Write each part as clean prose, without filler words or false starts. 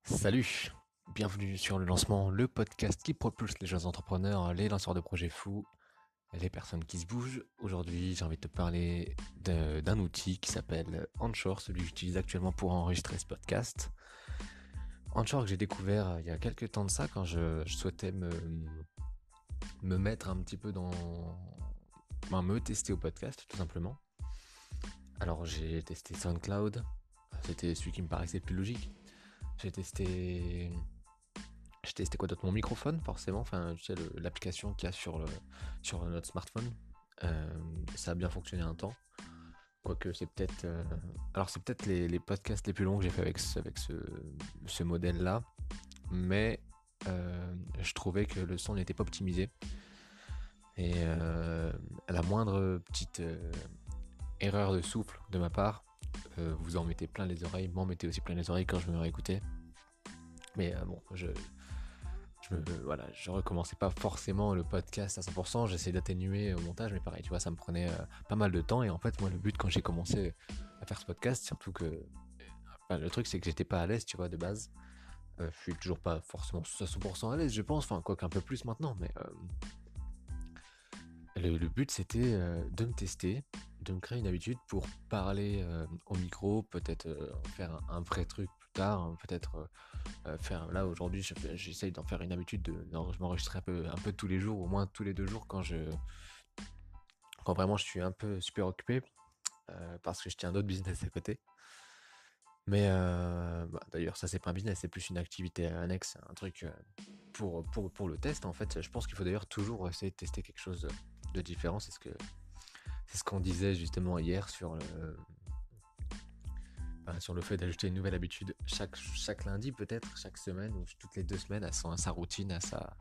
Salut, bienvenue sur le lancement, le podcast qui propulse les jeunes entrepreneurs, les lanceurs de projets fous, les personnes qui se bougent. Aujourd'hui, j'ai envie de te parler d'un outil qui s'appelle Anchor, celui que j'utilise actuellement pour enregistrer ce podcast. Anchor que j'ai découvert il y a quelques temps de ça quand je souhaitais me mettre un petit peu me tester au podcast tout simplement. Alors j'ai testé SoundCloud, c'était celui qui me paraissait le plus logique. J'ai testé quoi d'autre? Mon microphone, forcément, enfin, tu sais, l'application qu'il y a sur notre smartphone. Ça a bien fonctionné un temps. Quoique c'est peut-être. Alors, c'est peut-être les podcasts les plus longs que j'ai fait avec ce modèle-là. Mais je trouvais que le son n'était pas optimisé. Et la moindre petite erreur de souffle de ma part, vous en mettez plein les oreilles, m'en mettez aussi plein les oreilles quand je me réécoutais. Mais bon, je recommençais pas forcément le podcast à 100%, j'essayais d'atténuer au montage, mais pareil, tu vois, ça me prenait pas mal de temps. Et en fait, moi, le but quand j'ai commencé à faire ce podcast, surtout que le truc, c'est que j'étais pas à l'aise, tu vois, de base. Je suis toujours pas forcément à 100% à l'aise, je pense, enfin, quoi qu'un peu plus maintenant, mais le but, c'était de me tester, de me créer une habitude pour parler au micro, peut-être faire un vrai truc plus tard, hein, peut-être faire là aujourd'hui j'essaye d'en faire une habitude je m'enregistre un peu tous les jours, au moins tous les 2 jours quand vraiment je suis un peu super occupé parce que je tiens d'autres business à côté. Mais d'ailleurs ça c'est pas un business, c'est plus une activité annexe, un truc pour le test. En fait, je pense qu'il faut d'ailleurs toujours essayer de tester quelque chose de différent. C'est ce qu'on disait justement hier sur le fait d'ajouter une nouvelle habitude chaque lundi, peut-être chaque semaine ou toutes les 2 semaines, à sa routine,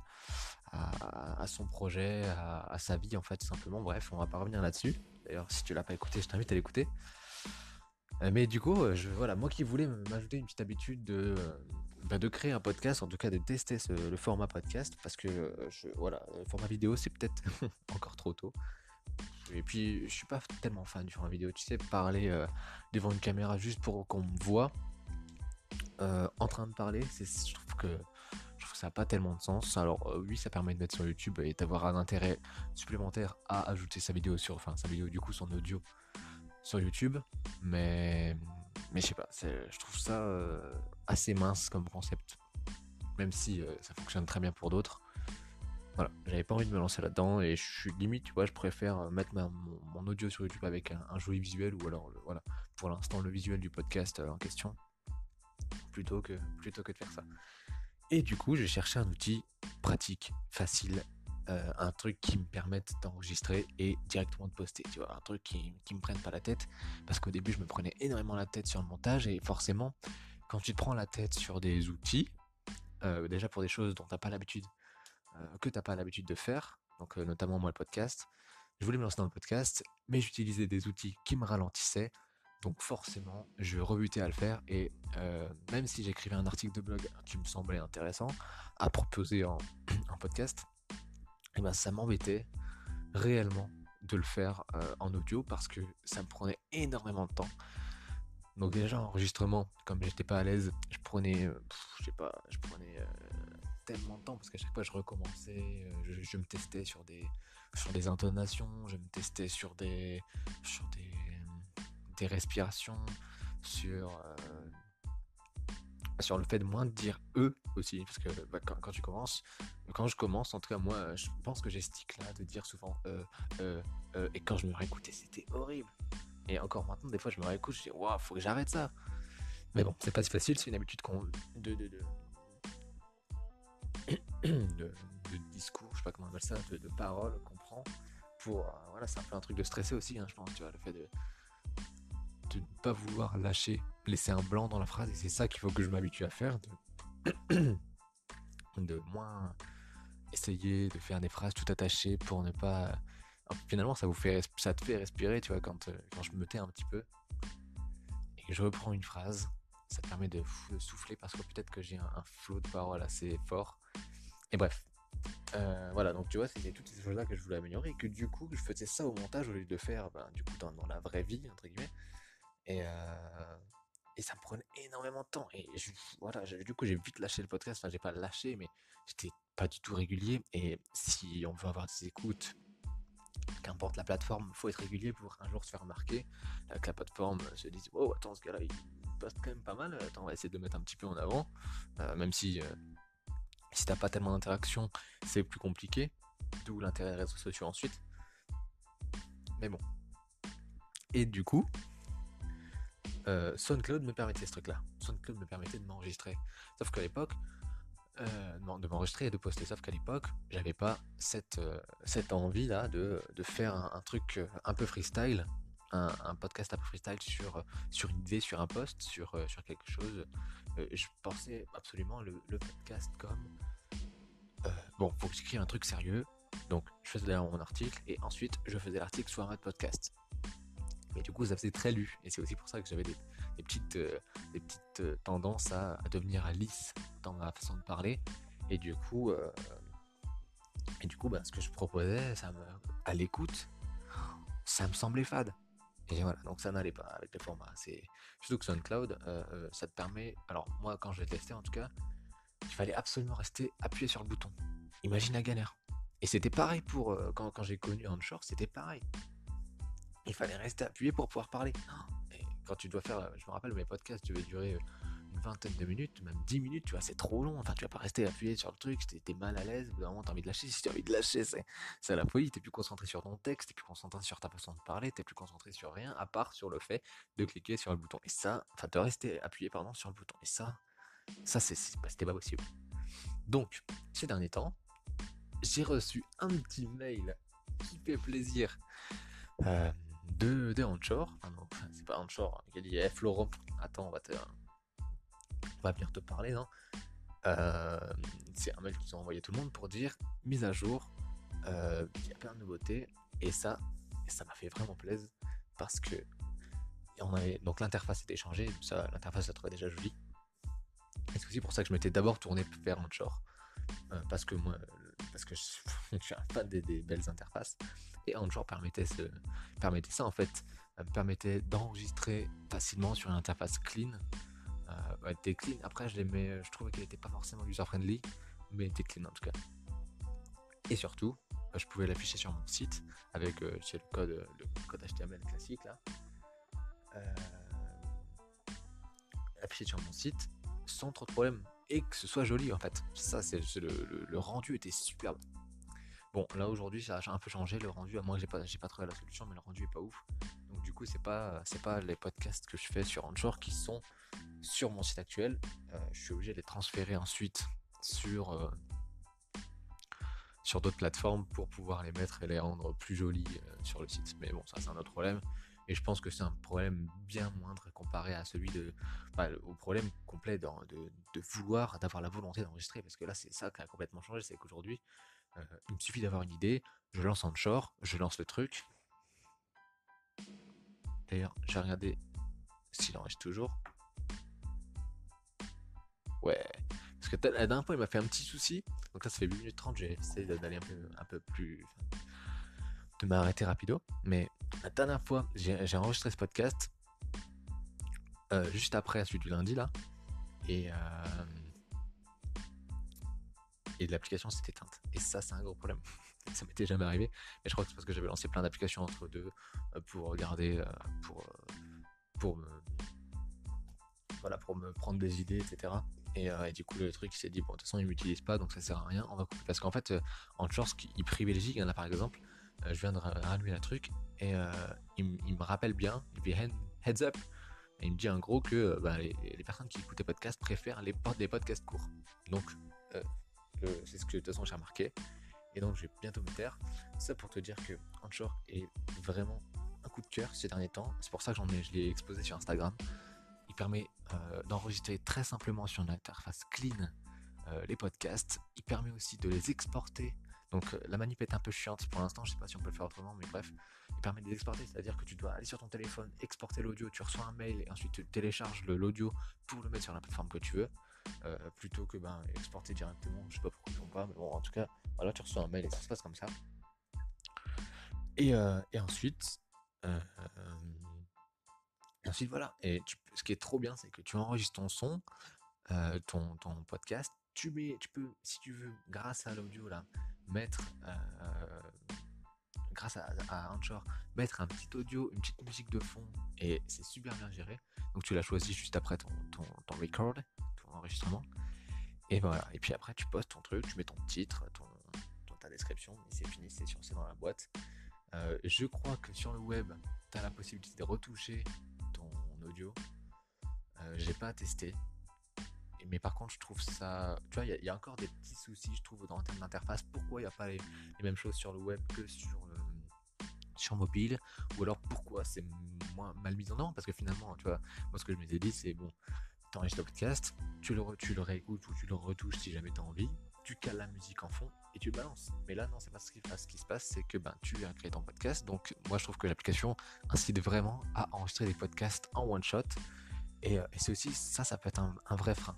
à son projet, à sa vie, en fait, tout simplement. Bref, on va pas revenir là-dessus. D'ailleurs, si tu l'as pas écouté, je t'invite à l'écouter. Mais du coup, voilà, moi qui voulais m'ajouter une petite habitude de créer un podcast, en tout cas de tester le format podcast, parce que voilà, le format vidéo c'est peut-être encore trop tôt. Et puis je suis pas tellement fan du format vidéo, tu sais, parler devant une caméra juste pour qu'on me voit en train de parler, je trouve que ça n'a pas tellement de sens. Alors oui, ça permet de mettre sur YouTube et d'avoir un intérêt supplémentaire à ajouter sa vidéo du coup son audio sur YouTube, mais je sais pas, je trouve ça assez mince comme concept, même si ça fonctionne très bien pour d'autres. Voilà, j'avais pas envie de me lancer là-dedans et je suis limite, tu vois, je préfère mettre mon audio sur YouTube avec un joli visuel ou alors voilà, pour l'instant le visuel du podcast en question plutôt que de faire ça. Et du coup, j'ai cherché un outil pratique, facile, un truc qui me permette d'enregistrer et directement de poster, tu vois, un truc qui me prenne pas la tête, parce qu'au début, je me prenais énormément la tête sur le montage, et forcément, quand tu te prends la tête sur des outils, déjà pour des choses dont que t'as pas l'habitude de faire, donc notamment moi le podcast, je voulais me lancer dans le podcast, mais j'utilisais des outils qui me ralentissaient, donc forcément, je rebutais à le faire. Et même si j'écrivais un article de blog qui me semblait intéressant à proposer en podcast, et ben ça m'embêtait réellement de le faire en audio parce que ça me prenait énormément de temps. Donc déjà enregistrement, comme j'étais pas à l'aise, je prenais tellement de temps parce qu'à chaque fois je recommençais, je me testais sur des intonations, je me testais sur des respirations, sur le fait de moins de dire eux aussi, parce que quand je commence, en tout cas moi, je pense que j'ai ce tic-là de dire souvent et quand je me réécoutais, c'était horrible. Et encore maintenant, des fois, je me réécoute, je dis waouh, faut que j'arrête ça. Mais bon, c'est pas si facile, c'est une habitude de discours, je sais pas comment on appelle ça, de parole qu'on prend pour voilà, c'est un peu un truc de stressé aussi, hein, je pense, tu vois, le fait de ne pas vouloir laisser un blanc dans la phrase, et c'est ça qu'il faut que je m'habitue à faire, de moins essayer de faire des phrases tout attachées pour ne pas. Finalement, ça te fait respirer, tu vois, quand je me tais un petit peu et que je reprends une phrase, ça te permet de souffler parce que peut-être que j'ai un flot de paroles assez fort. Et bref, voilà, donc tu vois, c'était toutes ces choses-là que je voulais améliorer et que du coup, je faisais ça au montage au lieu de faire, du coup, dans la vraie vie, entre guillemets. Et, Et ça me prenait énormément de temps. Et voilà, du coup, j'ai vite lâché le podcast. Enfin, j'ai pas lâché, mais j'étais pas du tout régulier. Et si on veut avoir des écoutes, qu'importe la plateforme, faut être régulier pour un jour se faire remarquer. Que la plateforme se dise, oh, attends, ce gars-là, il poste quand même pas mal. Attends, on va essayer de le mettre un petit peu en avant. Même si t'as pas tellement d'interaction, c'est plus compliqué. D'où l'intérêt des réseaux sociaux ensuite. Mais bon. Et du coup, SoundCloud me permettait ce truc-là. SoundCloud me permettait de m'enregistrer. Sauf qu'à l'époque, non, de m'enregistrer et de poster. Sauf qu'à l'époque, j'avais pas cette envie-là de faire un truc un peu freestyle, un podcast un peu freestyle sur une idée, sur un post, sur quelque chose. Je pensais absolument le podcast comme bon, faut que j'écrive un truc sérieux. Donc, je faisais d'abord mon article et ensuite, je faisais l'article sous un mode podcast. Et du coup, ça faisait très lu. Et c'est aussi pour ça que j'avais des petites tendances à devenir lisse dans ma façon de parler. Et du coup, ce que je proposais, à l'écoute, ça me semblait fade. Et voilà, donc ça n'allait pas avec le format. C'est surtout que SoundCloud, ça te permet. Alors moi, quand je l'ai testé, en tout cas, il fallait absolument rester appuyé sur le bouton. Imagine la galère. Et c'était pareil pour quand j'ai connu Anchor, c'était pareil. Il fallait rester appuyé pour pouvoir parler. Et quand tu dois faire, je me rappelle, mes podcasts devaient durer une vingtaine de minutes, même 10 minutes, tu vois, c'est trop long. Enfin, tu vas pas rester appuyé sur le truc, t'es mal à l'aise, au bout d'un moment, t'as envie de lâcher. Si t'as envie de lâcher, c'est à la folie. T'es plus concentré sur ton texte, t'es plus concentré sur ta façon de parler, t'es plus concentré sur rien, à part sur le fait de cliquer sur le bouton. Et ça, enfin, de rester appuyé, pardon, sur le bouton. Et c'était pas possible. Donc, ces derniers temps, j'ai reçu un petit mail qui fait plaisir euh, de Anchor. Enfin, non, c'est pas Anchor qui a dit Florent, attends, on va venir te parler, non. Euh, c'est un mail qu'ils ont envoyé tout le monde pour dire mise à jour, il y a plein de nouveautés, et ça m'a fait vraiment plaisir parce que donc l'interface était changée, ça, l'interface je la trouvais déjà jolie. Et c'est aussi pour ça que je m'étais d'abord tourné vers Anchor. Parce que moi, parce que je suis un fan des belles interfaces. Et Anchor permettait ça en fait, me permettait d'enregistrer facilement sur une interface clean. Elle était clean. Après, je trouvais qu'elle n'était pas forcément user friendly, mais elle était clean en tout cas. Et surtout, je pouvais l'afficher sur mon site avec le code HTML classique là. Euh, Affiché sur mon site sans trop de problèmes et que ce soit joli en fait. Ça, le rendu était superbe. Bon, là aujourd'hui, ça a un peu changé le rendu, à moins que j'ai pas trouvé la solution, mais le rendu est pas ouf. Donc du coup, c'est pas les podcasts que je fais sur Anchor qui sont sur mon site actuel. Je suis obligé de les transférer ensuite sur d'autres plateformes pour pouvoir les mettre et les rendre plus jolis sur le site. Mais bon, ça c'est un autre problème. Et je pense que c'est un problème bien moindre comparé à au problème complet d'avoir la volonté d'enregistrer. Parce que là, c'est ça qui a complètement changé. C'est qu'aujourd'hui, il me suffit d'avoir une idée, je lance Anchor, je lance le truc. D'ailleurs, j'ai regardé s'il enregistre toujours. Ouais. Parce que la dernière fois, il m'a fait un petit souci. Donc là, ça fait 8 minutes 30, j'ai essayé d'aller un peu plus. De m'arrêter rapido. Mais la dernière fois, j'ai enregistré ce podcast juste après celui du lundi là. Et, et l'application s'est éteinte. Et ça, c'est un gros problème. Ça m'était jamais arrivé. Mais je crois que c'est parce que j'avais lancé plein d'applications entre deux pour regarder, pour me, voilà, pour me prendre des idées, etc. Et du coup, le truc, il s'est dit, bon, de toute façon, il m'utilise pas, donc ça sert à rien, on va couper. Parce qu'en fait, Anchor, il privilégie, il y en a par exemple, je viens de rallumer un truc, et il me rappelle bien, il me dit heads up, et il me dit en gros que les personnes qui écoutent les podcasts préfèrent les podcasts courts. Donc, euh, c'est ce que de toute façon j'ai remarqué, et donc je vais bientôt me taire. Ça pour te dire que Anchor est vraiment un coup de cœur ces derniers temps, c'est pour ça que je l'ai exposé sur Instagram. Il permet d'enregistrer très simplement sur une interface clean les podcasts. Il permet aussi de les exporter. Donc la manip est un peu chiante pour l'instant, je sais pas si on peut le faire autrement, mais bref. Il permet de les exporter, c'est-à-dire que tu dois aller sur ton téléphone, exporter l'audio, tu reçois un mail et ensuite tu télécharges l'audio pour le mettre sur la plateforme que tu veux. Plutôt que exporter directement, je sais pas pourquoi ils font pas, mais bon en tout cas, voilà, tu reçois un mail et ça se passe comme ça. Et ensuite, Et ensuite, voilà. Ce qui est trop bien, c'est que tu enregistres ton son, ton podcast. Tu peux, si tu veux, grâce à l'audio là, mettre, grâce à Anchor, mettre un petit audio, une petite musique de fond, et c'est super bien géré. Donc tu l'as choisi juste après ton record, ton enregistrement. Et voilà. Et puis après, tu postes ton truc, tu mets ton titre, ta description, et c'est fini, c'est dans la boîte. Je crois que sur le web, tu as la possibilité de retoucher ton audio. J'ai pas testé. Mais par contre, je trouve ça. Tu vois, il y a encore des petits soucis, je trouve, dans termes d'interface. Pourquoi il n'y a pas les mêmes choses sur le web que sur mobile? Ou alors pourquoi c'est moins mal mis en avant? Parce que finalement, tu vois, moi ce que je m'étais dit, c'est bon, t'enregistres le podcast, tu le réécoutes ou tu le retouches si jamais t'as envie, tu cales la musique en fond et tu le balances. Mais là, non, c'est pas ce qui se passe, c'est que tu as créé ton podcast. Donc, moi, je trouve que l'application incite vraiment à enregistrer des podcasts en one shot. Et c'est aussi ça peut être un vrai frein.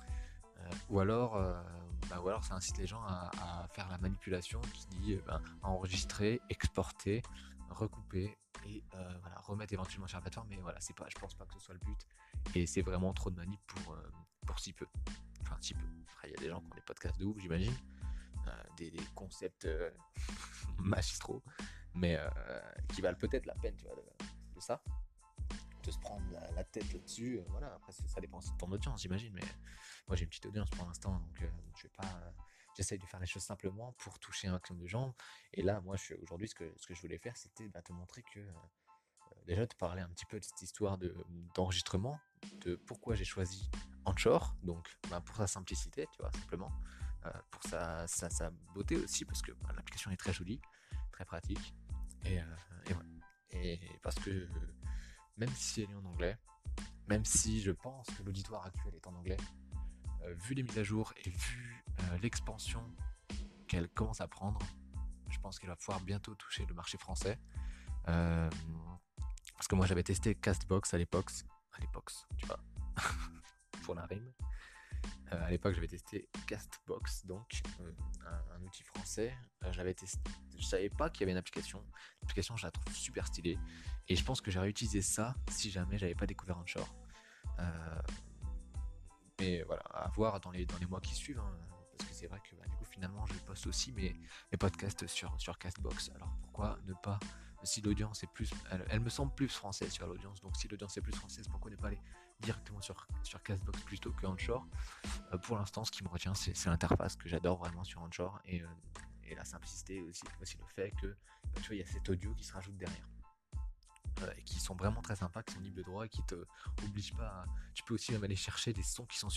Ou alors ça incite les gens à faire la manipulation qui dit enregistrer, exporter, recouper et voilà, remettre éventuellement sur la plateforme. Mais voilà, je pense pas que ce soit le but. Et c'est vraiment trop de manip pour si peu. Enfin, si peu. Après, il y a des gens qui ont des podcasts de ouf, j'imagine. Des concepts magistraux, mais qui valent peut-être la peine, tu vois, de ça. De se prendre la tête là-dessus. Voilà, après, ça dépend aussi de ton audience, j'imagine. Mais moi, j'ai une petite audience pour l'instant, donc je vais pas. J'essaye de faire les choses simplement pour toucher un maximum de gens. Et là, moi, aujourd'hui, ce que je voulais faire, c'était te montrer que déjà te parler un petit peu de cette histoire d'enregistrement, de pourquoi j'ai choisi Anchor, donc pour sa simplicité, tu vois, simplement, pour sa beauté aussi, parce que l'application est très jolie, très pratique, et, et voilà. Et parce que même si elle est en anglais, même si je pense que l'auditoire actuel est en anglais, vu les mises à jour et vu l'expansion qu'elle commence à prendre, je pense qu'elle va pouvoir bientôt toucher le marché français. Euh, Parce que moi j'avais testé Castbox à l'époque, tu vois, pour la rime. À l'époque j'avais testé Castbox, donc un outil français. J'avais testé, je savais pas qu'il y avait une application. L'application je la trouve super stylée et je pense que j'aurais utilisé ça si jamais j'avais pas découvert Anchor. Euh, mais voilà, à voir dans les mois qui suivent. Hein, parce que c'est vrai que du coup finalement je poste aussi mes podcasts sur Castbox. Alors pourquoi ne pas, si l'audience est plus, elle me semble plus française sur l'audience, donc si l'audience est plus française, pourquoi ne pas aller directement sur Castbox plutôt que Anchor? Pour l'instant, ce qui me retient, c'est l'interface que j'adore vraiment sur Anchor et la simplicité aussi le fait que tu vois, il y a cet audio qui se rajoute derrière. Et qui sont vraiment très sympas, qui sont libres de droit et qui te obligent pas à... Tu peux aussi même aller chercher des sons qui sont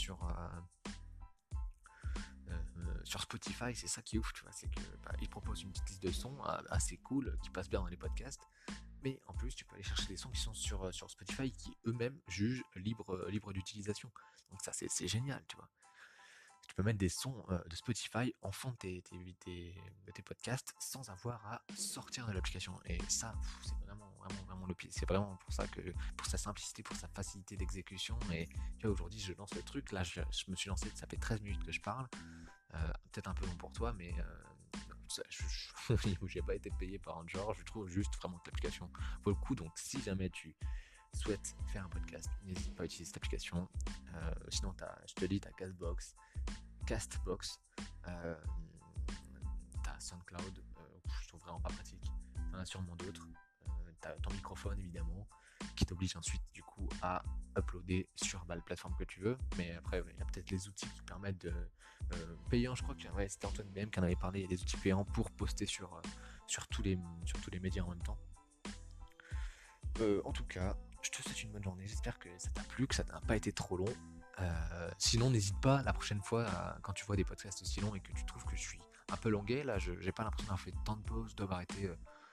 sur Spotify. C'est ça qui est ouf, tu vois, c'est que ils proposent une petite liste de sons assez cool qui passe bien dans les podcasts, mais en plus tu peux aller chercher des sons qui sont sur Spotify qui eux-mêmes jugent libre d'utilisation. Donc ça c'est génial, tu vois. Tu peux mettre des sons de Spotify en fond de tes podcasts sans avoir à sortir de l'application. Et ça, c'est vraiment le pied. C'est vraiment pour ça que, pour sa simplicité, pour sa facilité d'exécution. Et tu vois, aujourd'hui, je lance le truc. Là, je me suis lancé, ça fait 13 minutes que je parle. Peut-être un peu long pour toi, mais j'ai pas été payé par un genre. Je trouve juste vraiment que l'application vaut le coup. Donc, si jamais tu souhaites faire un podcast, n'hésite pas à utiliser cette application. Sinon, je te dis, t'as Castbox, t'as SoundCloud, je trouve vraiment pas pratique. T'en as sûrement d'autres. T'as ton microphone évidemment, qui t'oblige ensuite du coup à uploader sur la plateforme que tu veux. Mais après, il y a peut-être les outils qui permettent de payants. Je crois que c'était Antoine BM qui en avait parlé. Il y a des outils payants pour poster sur tous les médias en même temps. En tout cas, je te souhaite une bonne journée. J'espère que ça t'a plu, que ça n'a pas été trop long. Sinon, n'hésite pas la prochaine fois, quand tu vois des podcasts aussi longs et que tu trouves que je suis un peu longué, là, j'ai pas l'impression d'avoir fait tant de pauses, d'avoir été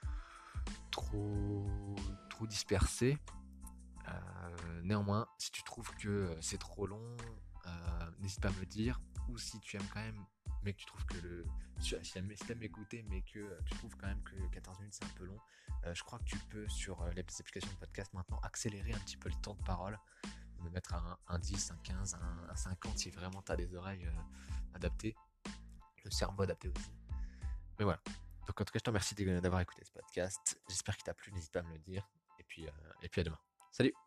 trop dispersé. Néanmoins, si tu trouves que c'est trop long, n'hésite pas à me le dire. Ou si tu aimes quand même, mais que tu trouves que si t'aimes m'écouter, mais que tu trouves quand même que 14 minutes c'est un peu long, je crois que tu peux sur les applications de podcast maintenant accélérer un petit peu le temps de parole, me mettre à un 10, un 15, un 50 si vraiment tu as des oreilles adaptées, le cerveau adapté aussi. Mais voilà. Donc en tout cas, je te remercie d'avoir écouté ce podcast. J'espère qu'il t'a plu, n'hésite pas à me le dire. Et puis à demain. Salut!